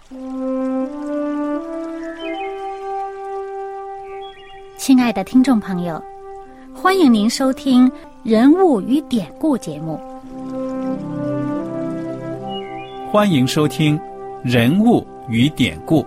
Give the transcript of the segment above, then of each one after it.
亲爱的听众朋友，欢迎您收听《人物与典故》节目。 欢迎收听《人物与典故》。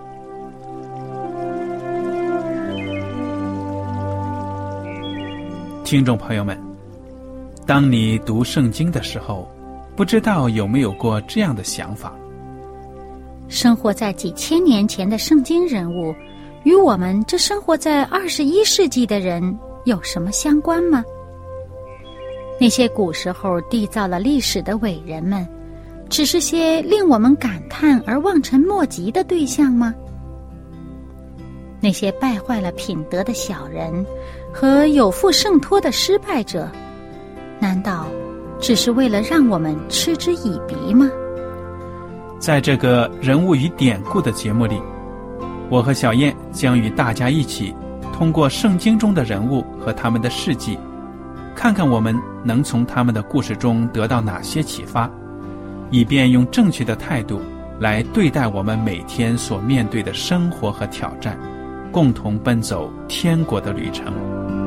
听众朋友们，当你读圣经的时候，不知道有没有过这样的想法： 生活在几千年前的圣经人物，与我们这生活在21世纪的人有什么相关吗？那些古时候缔造了历史的伟人们，只是些令我们感叹而望尘莫及的对象吗？那些败坏了品德的小人和有负圣托的失败者，难道只是为了让我们嗤之以鼻吗？ 在这个人物与典故的节目里，我和小燕将与大家一起通过圣经中的人物和他们的事迹，看看我们能从他们的故事中得到哪些启发，以便用正确的态度来对待我们每天所面对的生活和挑战，共同奔走天国的旅程。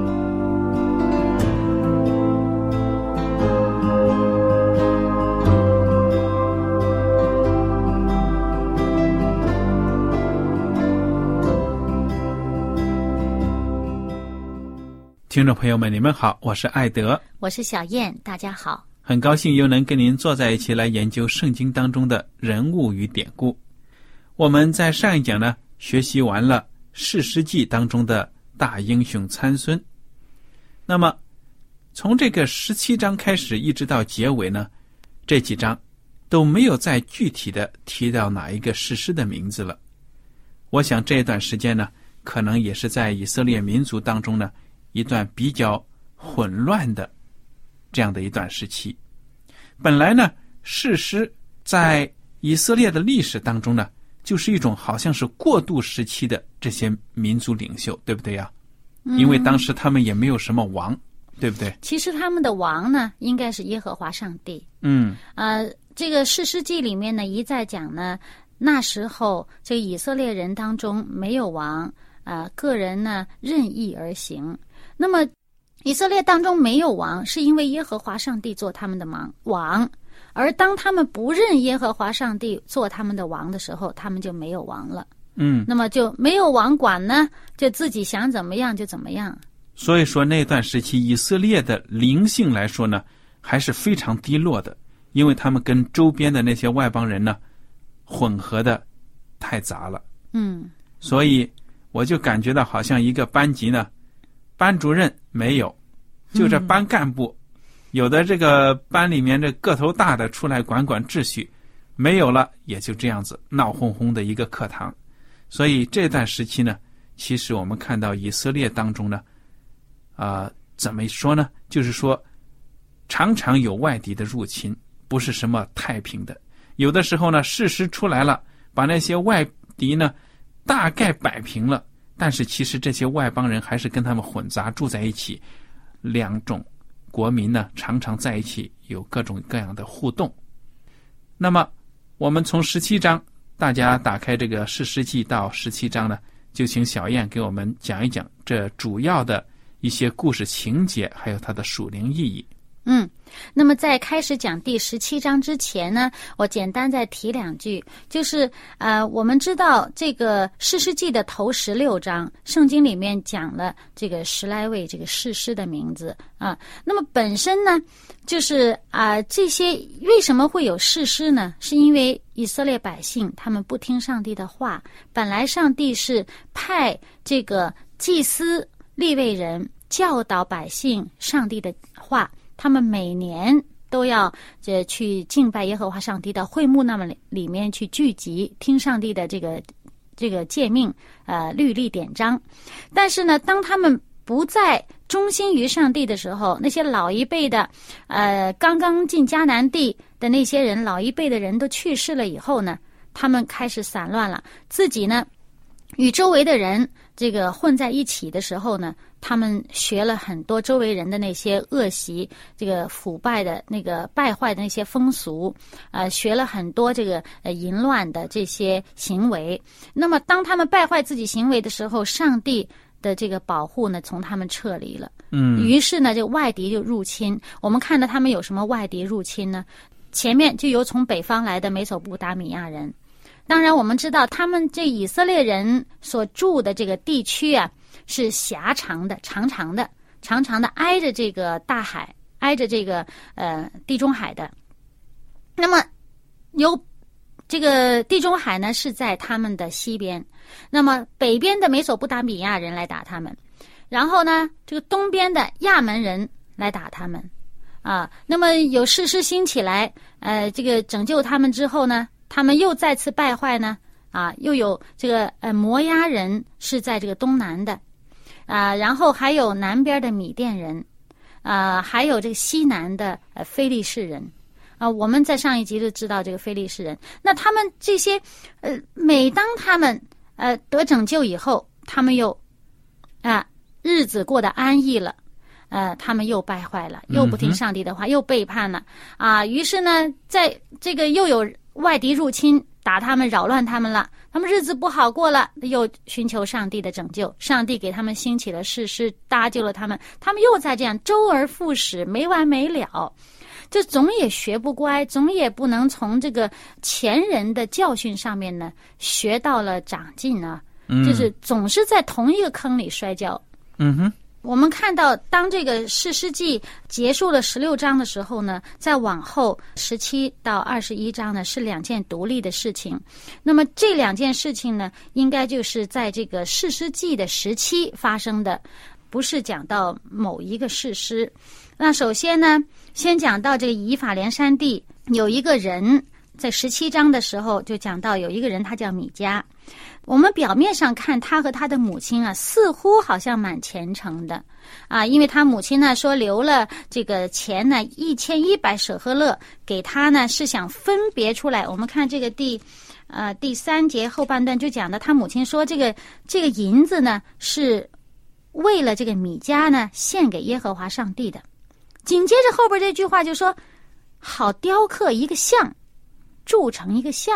听众朋友们，你们好，我是艾德， 我是小燕，大家好。 很高兴又能跟您坐在一起来研究圣经当中的人物与典故。我们在上一讲呢，学习完了士师记当中的大英雄参孙。那么从这个17章开始一直到结尾呢，这几章都没有再具体的提到哪一个士师的名字了。我想这段时间呢，可能也是在以色列民族当中呢一段比较混乱的这样的一段时期。本来呢，士师在以色列的历史当中呢，就是一种好像是过渡时期的这些民族领袖，对不对呀？因为当时他们也没有什么王，对不对？ 其实他们的王呢，应该是耶和华上帝。这个士师记里面呢，一再讲呢，那时候这个以色列人当中没有王，个人呢任意而行。那么以色列当中没有王，是因为耶和华上帝做他们的王，而当他们不认耶和华上帝做他们的王的时候，他们就没有王了。那么就没有王管呢，就自己想怎么样就怎么样。 所以说那段时期以色列的灵性来说呢，还是非常低落的，因为他们跟周边的那些外邦人呢混合的太杂了。所以我就感觉到好像一个班级呢，班主任没有，就这班干部，有的这个班里面这个头大的出来管秩序，没有了，也就这样子闹哄哄的一个课堂。所以这段时期呢，其实我们看到以色列当中呢，怎么说呢？就是说，常常有外敌的入侵，不是什么太平的。有的时候呢，事实出来了，把那些外敌呢大概摆平了，但是其实这些外邦人还是跟他们混杂住在一起，两种国民呢常常在一起有各种各样的互动。那么我们从17章，大家打开这个士师记到17章呢，就请小燕给我们讲一讲这主要的一些故事情节，还有它的属灵意义。 那么在开始讲第17章之前呢，我简单再提两句，就是我们知道这个士师记的头16章，圣经里面讲了这个10来位这个士师的名字啊。那么本身呢，就是这些为什么会有士师呢？是因为以色列百姓他们不听上帝的话，本来上帝是派这个祭司利未人教导百姓上帝的话，他们每年都要去敬拜耶和华上帝的会幕，那么里面去聚集听上帝的这个诫命律例典章。但是呢，当他们不再忠心于上帝的时候，那些老一辈的刚刚进迦南地的那些人，老一辈的人都去世了以后呢，他们开始散乱了，自己呢与周围的人这个混在一起的时候呢，他们学了很多周围人的那些恶习，这个腐败的那个败坏的那些风俗，学了很多这个淫乱的这些行为。那么当他们败坏自己行为的时候，上帝的这个保护呢从他们撤离了。于是呢，这个外敌就入侵。我们看到他们有什么外敌入侵呢？前面就有从北方来的美索不达米亚人。当然我们知道他们这以色列人所住的这个地区啊，是狭长的、长长的挨着这个大海，挨着这个地中海的。那么有这个地中海呢是在他们的西边，那么北边的美索不达米亚人来打他们，然后呢这个东边的亚门人来打他们啊。那么有士师兴起来这个拯救他们之后呢，他们又再次败坏呢又有这个摩押人是在这个东南的然后还有南边的米甸人还有这个西南的非利士人我们在上一集就知道这个非利士人。那他们这些每当他们得拯救以后，他们又日子过得安逸了，他们又败坏了，又不听上帝的话，又背叛了于是呢，在这个又有外敌入侵，打他们，扰乱他们了，他们日子不好过了，又寻求上帝的拯救，上帝给他们兴起了士师，搭救了他们，他们又在这样周而复始，没完没了。这总也学不乖，总也不能从这个前人的教训上面呢学到了长进就是总是在同一个坑里摔跤。我们看到当这个士师记结束了16章的时候呢，再往后17到21章呢是2件独立的事情。那么这2件事情呢，应该就是在这个士师记的时期发生的，不是讲到某一个士师。那首先呢，先讲到这个以法莲山地有一个人，在17章的时候就讲到有一个人，他叫米迦。我们表面上看他和他的母亲似乎好像蛮虔诚的因为他母亲呢说留了这个钱呢1100舍赫勒给他呢，是想分别出来。我们看这个第3节后半段就讲的，他母亲说这个银子呢是为了这个米迦呢献给耶和华上帝的。紧接着后边这句话就说，好雕刻一个像，铸成一个像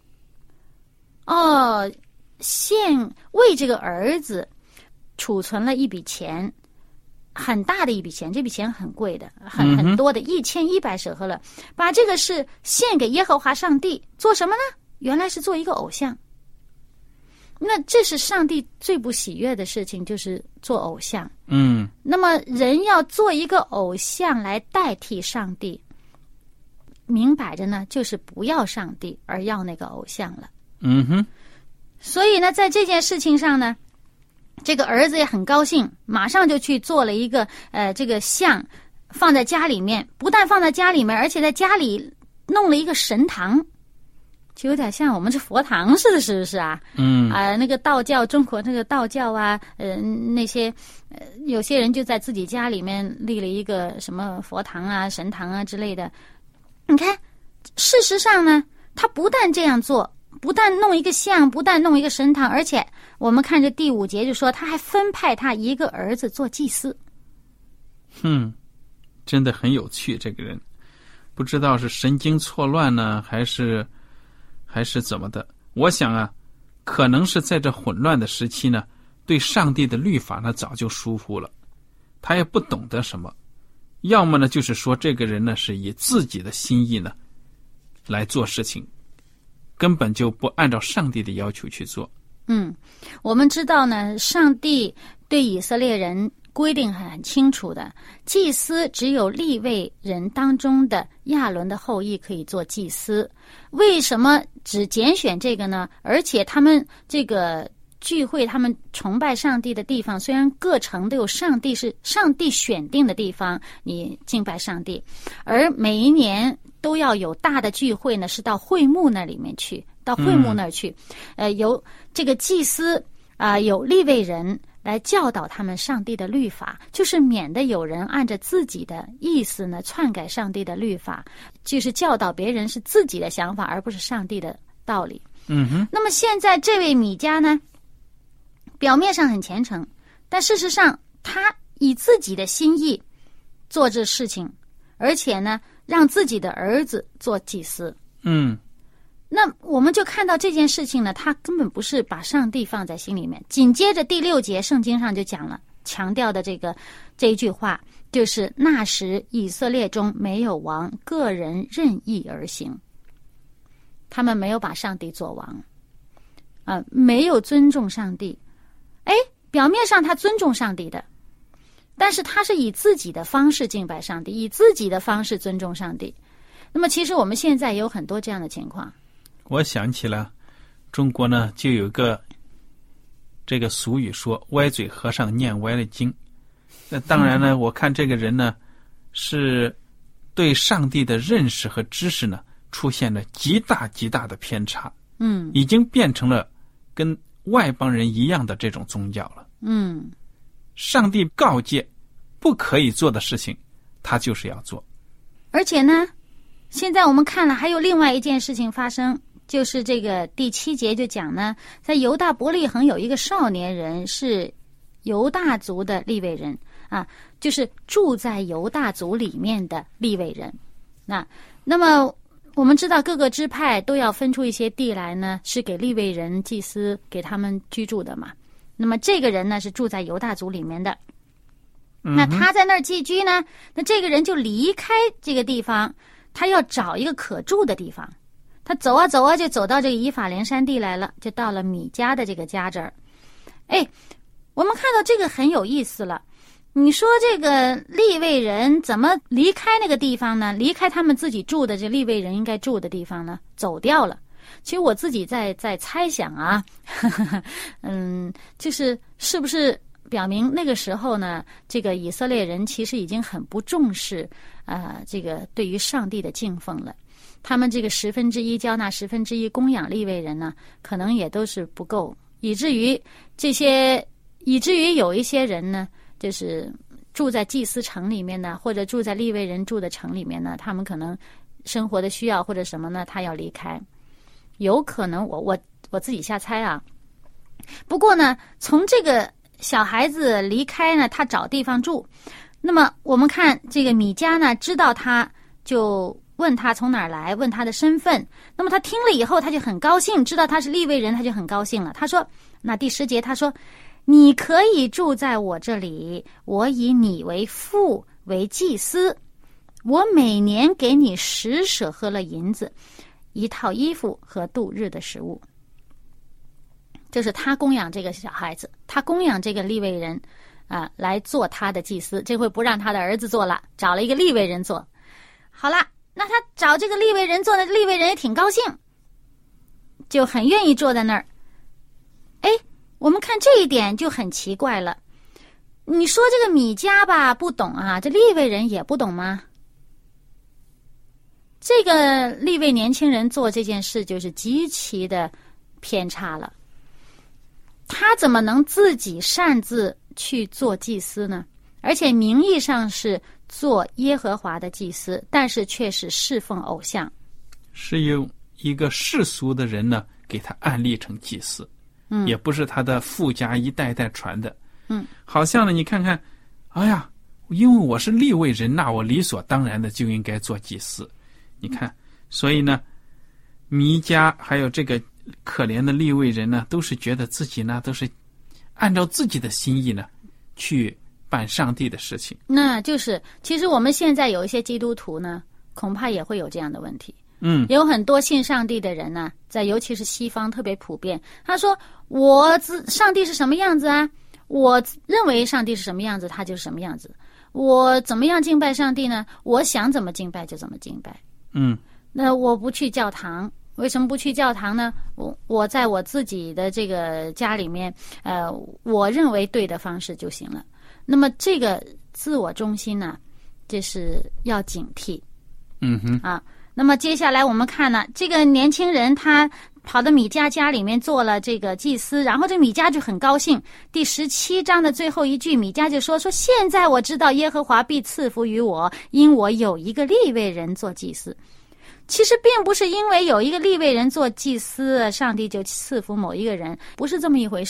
献为这个儿子储存了一笔钱，很大的一笔钱，这笔钱很贵的，很多的1100舍赫勒，把这个是献给耶和华上帝，做什么呢？原来是做一个偶像。那这是上帝最不喜悦的事情，就是做偶像。那么人要做一个偶像来代替上帝，明摆着呢就是不要上帝而要那个偶像了。所以呢在这件事情上呢，这个儿子也很高兴，马上就去做了一个这个像，放在家里面，不但放在家里面，而且在家里弄了一个神堂，就有点像我们这佛堂似的，是不是那个道教，中国那个道教那些有些人就在自己家里面立了一个什么佛堂神堂之类的。你看事实上呢，他不但这样做，不但弄一个像，不但弄一个神堂，而且我们看这第5节就说他还分派他一个儿子做祭司。 真的很有趣，这个人不知道是神经错乱呢还是怎么的。我想可能是在这混乱的时期呢，对上帝的律法呢早就疏忽了，他也不懂得什么，要么呢就是说这个人呢是以自己的心意呢来做事情，根本就不按照上帝的要求去做。 我们知道呢，上帝对以色列人规定很清楚的，祭司只有利未人当中的亚伦的后裔可以做祭司。为什么只拣选这个呢？而且他们这个聚会，他们崇拜上帝的地方，虽然各城都有上帝是上帝选定的地方，你敬拜上帝，而每一年都要有大的聚会呢，是到会幕那里面去，到会幕那儿去，由这个祭司有利未人来教导他们上帝的律法，就是免得有人按着自己的意思呢篡改上帝的律法，就是教导别人是自己的想法，而不是上帝的道理。那么现在这位米迦呢， 表面上很虔诚，但事实上他以自己的心意做这事情，而且呢让自己的儿子做祭司。那我们就看到这件事情呢，他根本不是把上帝放在心里面。紧接着第6节圣经上就讲了，强调的这一句话，就是那时以色列中没有王，个人任意而行。他们没有把上帝做王，没有尊重上帝。表面上他尊重上帝的，但是他是以自己的方式敬拜上帝，以自己的方式尊重上帝。那么其实我们现在也有很多这样的情况。 我想起了中国呢，就有个这个俗语说，歪嘴和尚念歪了经。那当然呢，我看这个人呢是对上帝的认识和知识呢出现了极大极大的偏差，已经变成了跟外邦人一样的这种宗教了。上帝告诫不可以做的事情，他就是要做。 而且呢，现在我们看了还有另外一件事情发生，就是这个第7节就讲呢，在犹大伯利恒有一个少年人，是犹大族的利未人啊，就是住在犹大族里面的利未人。那么我们知道各个支派都要分出一些地来呢，是给利未人祭司给他们居住的嘛。那么这个人呢是住在犹大族里面的，那他在那儿寄居呢，那这个人就离开这个地方，他要找一个可住的地方。他走啊走啊，就走到这个以法莲山地来了，就到了米迦的这个家这儿。我们看到这个很有意思了。你说这个利未人怎么离开那个地方呢？离开他们自己住的这利未人应该住的地方呢，走掉了。其实我自己在猜想啊，就是是不是表明那个时候呢，这个以色列人其实已经很不重视这个对于上帝的敬奉了。他们这个1/10交纳1/10供养利未人呢，可能也都是不够，以至于有一些人呢，就是住在祭司城里面呢，或者住在利未人住的城里面呢，他们可能生活的需要或者什么呢，他要离开。有可能我自己瞎猜啊。不过呢，从这个小孩子离开呢，他找地方住。那么我们看这个米迦呢，知道他就问他从哪儿来，问他的身份。那么他听了以后，他就很高兴，知道他是利未人，他就很高兴了。他说，那第10节他说，你可以住在我这里，我以你为父为祭司，我每年给你10舍赫勒银子，1套衣服和度日的食物。就是他供养这个小孩子，他供养这个利未人来做他的祭司。这回不让他的儿子做了，找了一个利未人做。好了，那他找这个利未人做的，利未人也挺高兴，就很愿意坐在那儿。我们看这一点就很奇怪了。你说这个米迦吧不懂啊，这利未人也不懂吗？这个利未年轻人做这件事就是极其的偏差了。他怎么能自己擅自去做祭司呢？而且名义上是做耶和华的祭司，但是却是侍奉偶像， 是由一个世俗的人呢给他安立成祭司，也不是他的父家一代代传的。好像呢，你看看，因为我是利未人，那我理所当然的就应该做祭司。你看，所以呢，弥迦还有这个可怜的利未人呢，都是觉得自己呢都是按照自己的心意呢去办上帝的事情。那就是其实我们现在有一些基督徒呢，恐怕也会有这样的问题。有很多信上帝的人呢，在尤其是西方特别普遍。他说上帝是什么样子啊？我认为上帝是什么样子，他就是什么样子。我怎么样敬拜上帝呢？我想怎么敬拜就怎么敬拜。那我不去教堂，为什么不去教堂呢？我在我自己的这个家里面，我认为对的方式就行了。那么这个自我中心呢，这是要警惕。那么接下来我们看呢，这个年轻人他跑到米迦家里面做了这个祭司，然后这米迦就很高兴。第17章的最后一句，米迦就说现在我知道耶和华必赐福于我，因我有一个利未人做祭司。其实并不是因为有一个利未人做祭司，上帝就赐福某一个人，不是这么一回事了。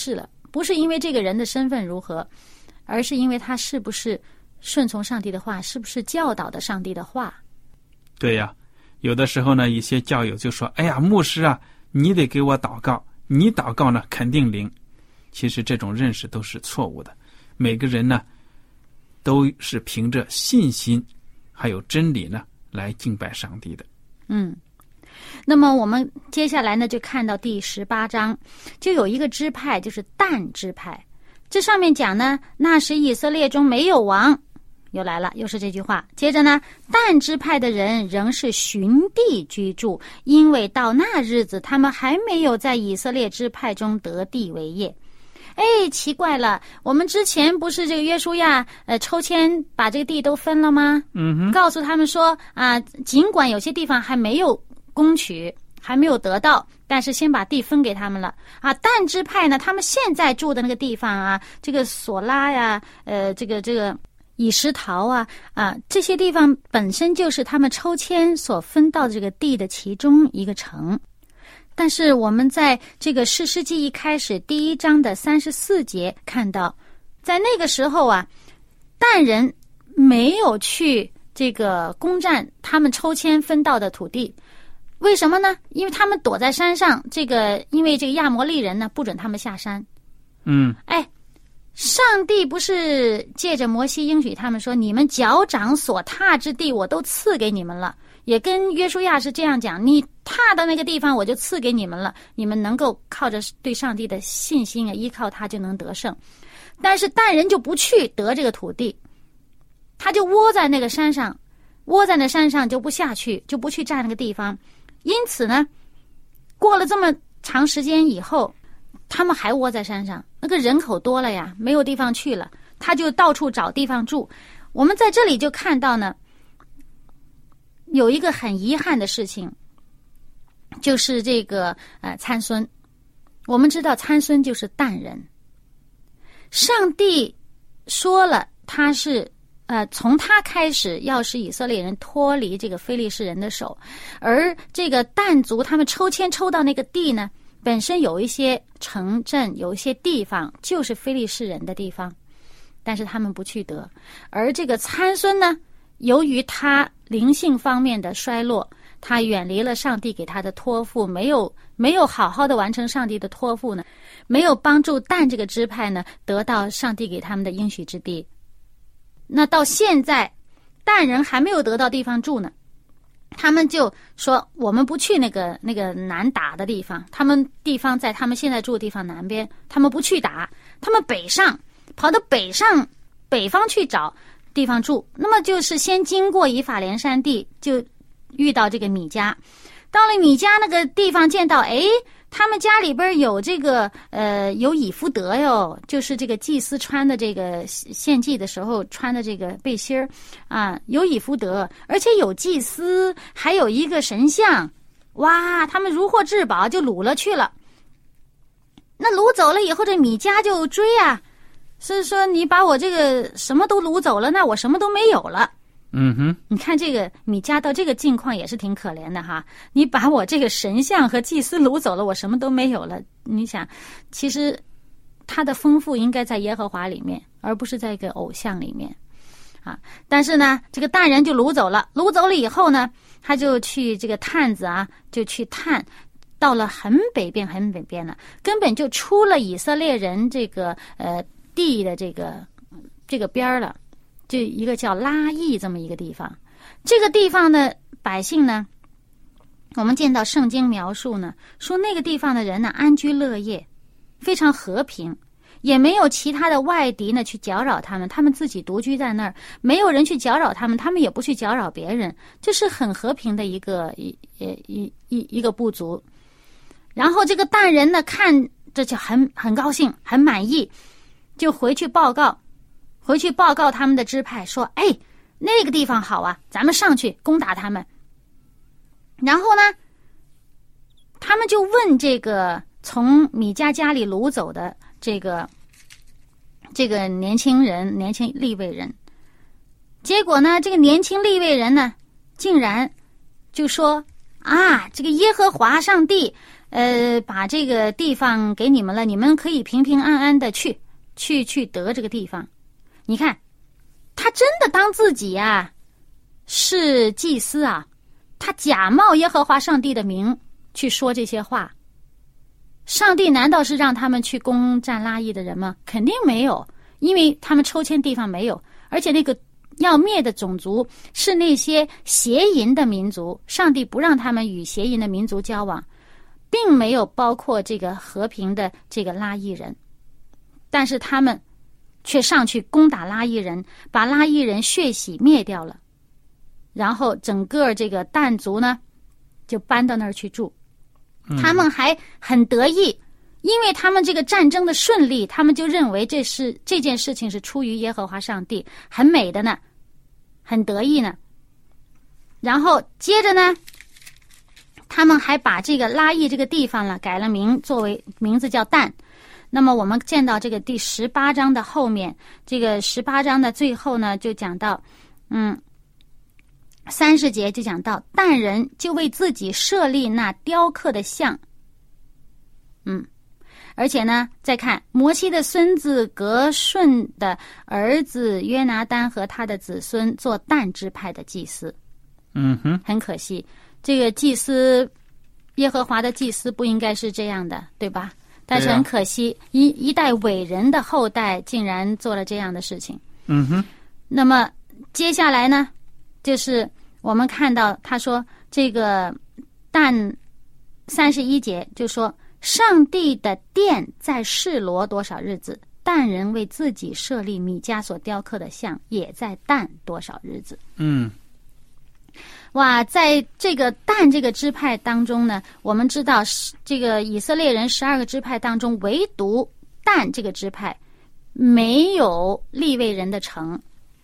不是因为这个人的身份如何，而是因为他是不是顺从上帝的话，是不是教导的上帝的话。 对呀，有的时候呢，一些教友就说，哎呀，牧师啊，你得给我祷告，你祷告呢肯定灵。其实这种认识都是错误的。每个人呢都是凭着信心还有真理呢来敬拜上帝的。 那么我们接下来呢就看到第18章，就有一个支派，就是但支派。这上面讲呢，那时以色列中没有王，又来了，又是这句话。接着呢，但支派的人仍是寻地居住，因为到那日子他们还没有在以色列支派中得地为业。奇怪了，我们之前不是这个约书亚抽签把这个地都分了吗？告诉他们说啊，尽管有些地方还没有攻取，还没有得到，但是先把地分给他们了啊。但支派呢，他们现在住的那个地方啊，这个索拉呀，这个以实陶啊，这些地方本身就是他们抽签所分到的这个地的其中一个城。但是我们在这个士师记一开始第1章的34节看到，在那个时候啊，但人没有去这个攻占他们抽签分到的土地。为什么呢？因为他们躲在山上，因为这个亚摩利人呢不准他们下山。上帝不是借着摩西应许他们说，你们脚掌所踏之地我都赐给你们了，也跟约书亚是这样讲，你踏到那个地方我就赐给你们了，你们能够靠着对上帝的信心依靠他就能得胜。但是但人就不去得这个土地，他就窝在那个山上，就不下去，就不去占那个地方。因此呢，过了这么长时间以后，他们还窝在山上，那个人口多了呀，没有地方去了，他就到处找地方住。我们在这里就看到呢，有一个很遗憾的事情，就是这个参孙。我们知道参孙就是但人，上帝说了他是从他开始要使以色列人脱离这个非利士人的手，而这个但族他们抽签抽到那个地呢，本身有一些城镇，有一些地方就是非利士人的地方，但是他们不去得。而这个参孙呢，由于他灵性方面的衰落，他远离了上帝给他的托付，没有好好的完成上帝的托付呢，没有帮助但这个支派呢得到上帝给他们的应许之地。那到现在但人还没有得到地方住呢，他们就说我们不去那个难打的地方，他们地方在他们现在住的地方南边，他们不去打，他们跑到北方去找地方住。那么就是先经过以法莲山地，就遇到这个米迦。到了米迦那个地方，见到他们家里边有这个有以弗得哟，就是这个祭司穿的这个献祭的时候穿的这个背心儿啊，有以弗得，而且有祭司，还有一个神像。哇，他们如获至宝，就掳了去了。那掳走了以后，这米迦就追啊，是说你把我这个什么都掳走了，那我什么都没有了。你看这个米迦到这个境况也是挺可怜的哈，你把我这个神像和祭司掳走了，我什么都没有了。你想，其实他的丰富应该在耶和华里面，而不是在一个偶像里面啊。但是呢，这个但人就掳走了以后呢，他就去这个探子啊，就去探，到了很北边了，根本就出了以色列人这个地的这个边了。就一个叫拉邑这么一个地方，这个地方的百姓呢，我们见到圣经描述呢，说那个地方的人呢安居乐业，非常和平，也没有其他的外敌呢去搅扰他们，他们自己独居在那儿，没有人去搅扰他们，他们也不去搅扰别人，这是很和平的一个部族。然后这个但人呢看着就很高兴，很满意，就回去报告他们的支派说，那个地方好啊，咱们上去攻打他们。然后呢，他们就问这个从米迦家里掳走的这个年轻利未人，结果呢，这个年轻利未人呢，竟然就说啊，这个耶和华上帝把这个地方给你们了，你们可以平平安安的去得这个地方。你看他真的当自己啊是祭司啊，他假冒耶和华上帝的名去说这些话。上帝难道是让他们去攻占拉邑的人吗？肯定没有，因为他们抽签地方没有，而且那个要灭的种族是那些邪淫的民族，上帝不让他们与邪淫的民族交往，并没有包括这个和平的这个拉邑人，但是他们却上去攻打拉邑人，把拉邑人血洗灭掉了，然后整个这个但族呢就搬到那儿去住。他们还很得意，因为他们这个战争的顺利，他们就认为这件事情是出于耶和华上帝，很美的呢，很得意呢。然后接着呢，他们还把这个拉邑这个地方了改了名，作为名字叫但。那么我们见到这个第18章的后面，这个18章的最后呢，就讲到30节就讲到但人就为自己设立那雕刻的像。而且呢，再看摩西的孙子革顺的儿子约拿单和他的子孙做但支派的祭司。很可惜，这个祭司耶和华的祭司不应该是这样的，对吧？但是很可惜，一代伟人的后代竟然做了这样的事情。那么接下来呢，就是我们看到他说这个但31节就说，上帝的殿在示罗多少日子，但人为自己设立米迦所雕刻的像也在但多少日子。哇，在这个但这个支派当中呢，我们知道这个以色列人12个支派当中，唯独但这个支派没有利未人的城。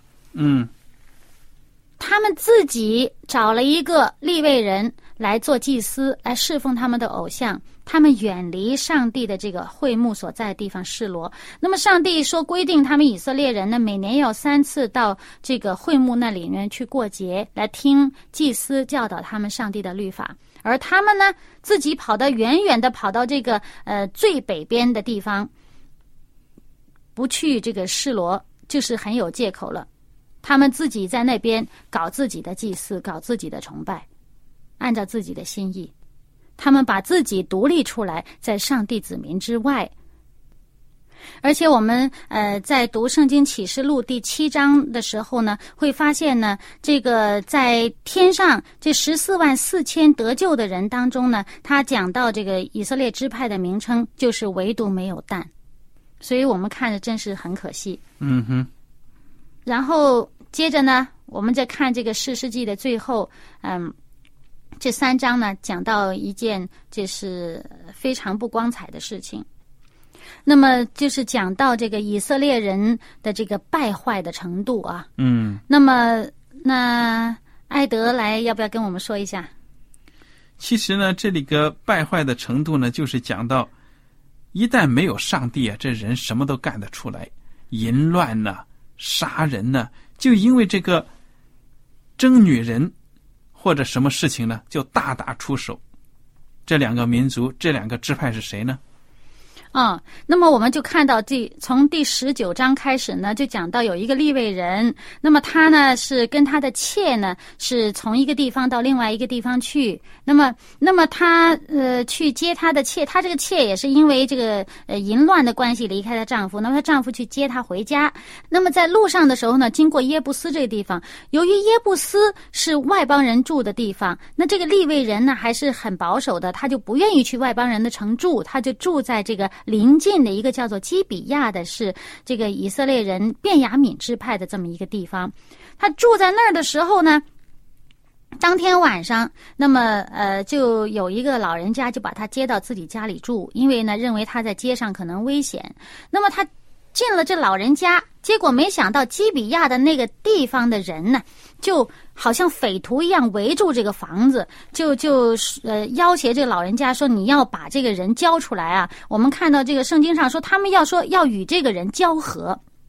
他们自己找了一个利未人来做祭司，来侍奉他们的偶像。他们远离上帝的这个会幕所在的地方示罗。那么上帝说规定他们以色列人呢，每年要3次到这个会幕那里面去过节，来听祭司教导他们上帝的律法。而他们呢，自己跑到远远的跑到这个最北边的地方，不去这个示罗，就是很有借口了。他们自己在那边搞自己的祭祀，搞自己的崇拜，按照自己的心意。他们把自己独立出来，在上帝子民之外。而且我们在读圣经启示录第7章的时候呢，会发现呢，这个在天上这144000得救的人当中呢，他讲到这个以色列支派的名称，就是唯独没有但。所以我们看着真是很可惜。然后接着呢，我们再看这个士师记的最后，这3章呢，讲到一件就是非常不光彩的事情。那么就是讲到这个以色列人的这个败坏的程度啊。那么那艾德来，要不要跟我们说一下？ 其实呢，这里个败坏的程度呢，就是讲到一旦没有上帝啊，这人什么都干得出来，淫乱呢，杀人呢，就因为这个争女人或者什么事情呢，就大打出手。这2个民族，这2个支派是谁呢？ 那么我们就看到从第19章开始呢，就讲到有一个利未人，那么他呢是跟他的妾呢是从一个地方到另外一个地方去，那么他去接他的妾，他这个妾也是因为这个淫乱的关系离开她丈夫，那么她丈夫去接她回家。那么在路上的时候呢，经过耶布斯这个地方，由于耶布斯是外邦人住的地方，那这个利未人呢还是很保守的，他就不愿意去外邦人的城住，他就住在这个临近的一个叫做基比亚的，是这个以色列人便雅悯支派的这么一个地方。他住在那儿的时候呢，当天晚上，那么就有一个老人家就把他接到自己家里住，因为呢认为他在街上可能危险。那么他进了这老人家，结果没想到基比亚的那个地方的人呢，就好像匪徒一样围住这个房子，就要挟这个老人家说，你要把这个人交出来啊。我们看到这个圣经上说，他们要与这个人交合。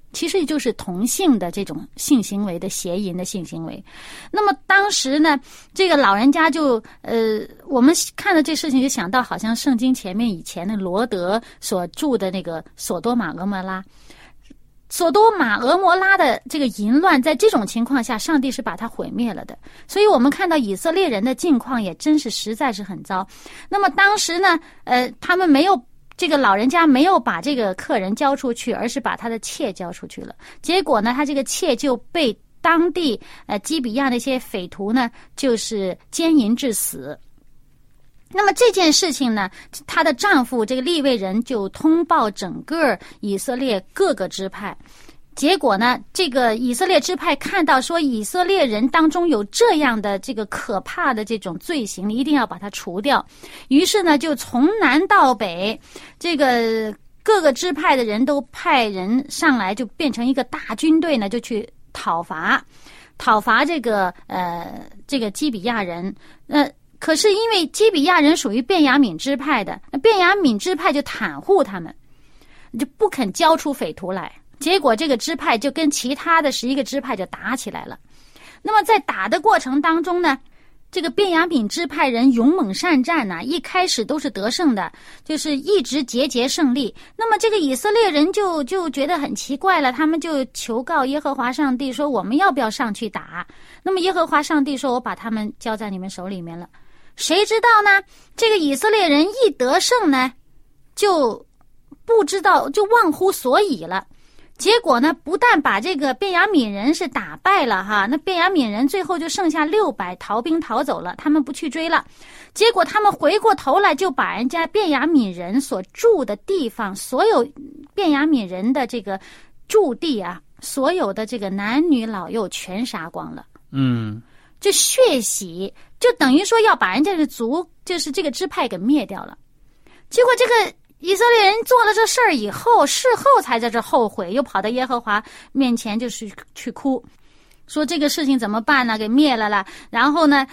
其实就是同性的这种性行为的邪淫的性行为。那么当时呢，这个老人家就我们看到这事情就想到好像圣经前面以前的罗德所住的那个索多玛俄摩拉。索多玛俄摩拉的这个淫乱，在这种情况下，上帝是把它毁灭了的。所以我们看到以色列人的境况也真是实在是很糟。那么当时呢，他们没有这个老人家没有把这个客人交出去，而是把他的妾交出去了。结果呢，他这个妾就被当地基比亚那些匪徒呢，就是奸淫致死。那么这件事情呢，她的丈夫这个利未人就通报整个以色列各个支派。结果呢，这个以色列支派看到说以色列人当中有这样的这个可怕的这种罪行，一定要把它除掉。于是呢，就从南到北，这个各个支派的人都派人上来，就变成一个大军队呢，就去讨伐这个基比亚人。可是因为基比亚人属于便雅悯支派的，那便雅悯支派就袒护他们，就不肯交出匪徒来。结果这个支派就跟其他的11个支派就打起来了。那么在打的过程当中呢，这个便雅悯支派人勇猛善战呐，一开始都是得胜的，就是一直节胜利。那么这个以色列人就觉得很奇怪了，他们就求告耶和华上帝说，我们要不要上去打？那么耶和华上帝说，我把他们交在你们手里面了。谁知道呢，这个以色列人一得胜呢，就不知道，就忘乎所以了。结果呢，不但把这个便雅悯人是打败了哈，那便雅悯人最后就剩下600逃兵逃走了，他们不去追了。结果他们回过头来就把人家便雅悯人所住的地方，所有便雅悯人的这个驻地啊，所有的这个男女老幼全杀光了。就血洗，就等于说要把人家的族，就是这个支派给灭掉了。结果这个以色列人做了这事儿以后，事后才在这后悔，又跑到耶和华面前就是去哭，说这个事情怎么办呢？给灭了啦。然后呢，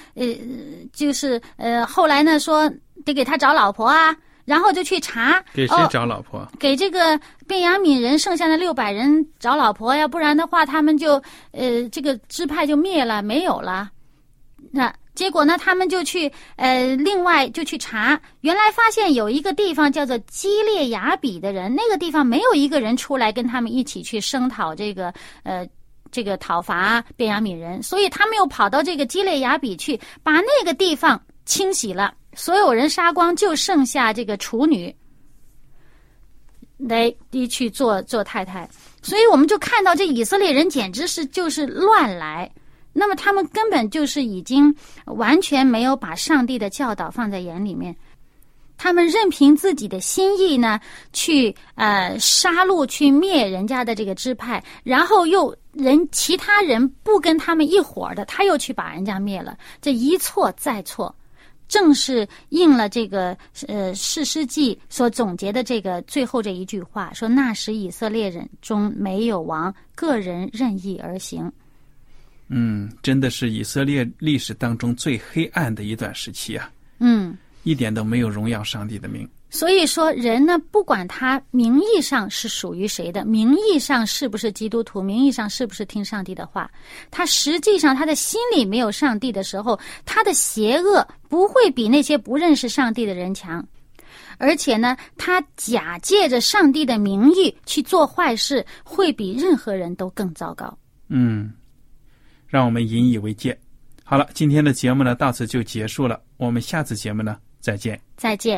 后来呢说得给他找老婆啊，然后就去查给谁找老婆？ 给这个便雅悯人剩下的600人找老婆呀，不然的话他们就这个支派就灭了，没有了。那结果呢，他们就去另外就去查，原来发现有一个地方叫做基列雅比的人，那个地方没有一个人出来跟他们一起去声讨这个讨伐便雅悯人，所以他们又跑到这个基列雅比去，把那个地方清洗了，所有人杀光，就剩下这个处女来去做太太。所以我们就看到这以色列人简直是就是乱来。那么他们根本就是已经完全没有把上帝的教导放在眼里面，他们任凭自己的心意呢，去杀戮去灭人家的这个支派，然后又其他人不跟他们一伙的，他又去把人家灭了，这一错再错。正是应了这个士师记所总结的这个最后这一句话，说那时以色列人中没有王，个人任意而行。 真的是以色列历史当中最黑暗的一段时期啊。一点都没有荣耀上帝的名。 所以说人呢，不管他名义上是属于谁的，名义上是不是基督徒，名义上是不是听上帝的话，他实际上他的心里没有上帝的时候，他的邪恶不会比那些不认识上帝的人强。而且呢，他假借着上帝的名义去做坏事，会比任何人都更糟糕。 让我们引以为戒。好了，今天的节目呢到此就结束了，我们下次节目呢再见。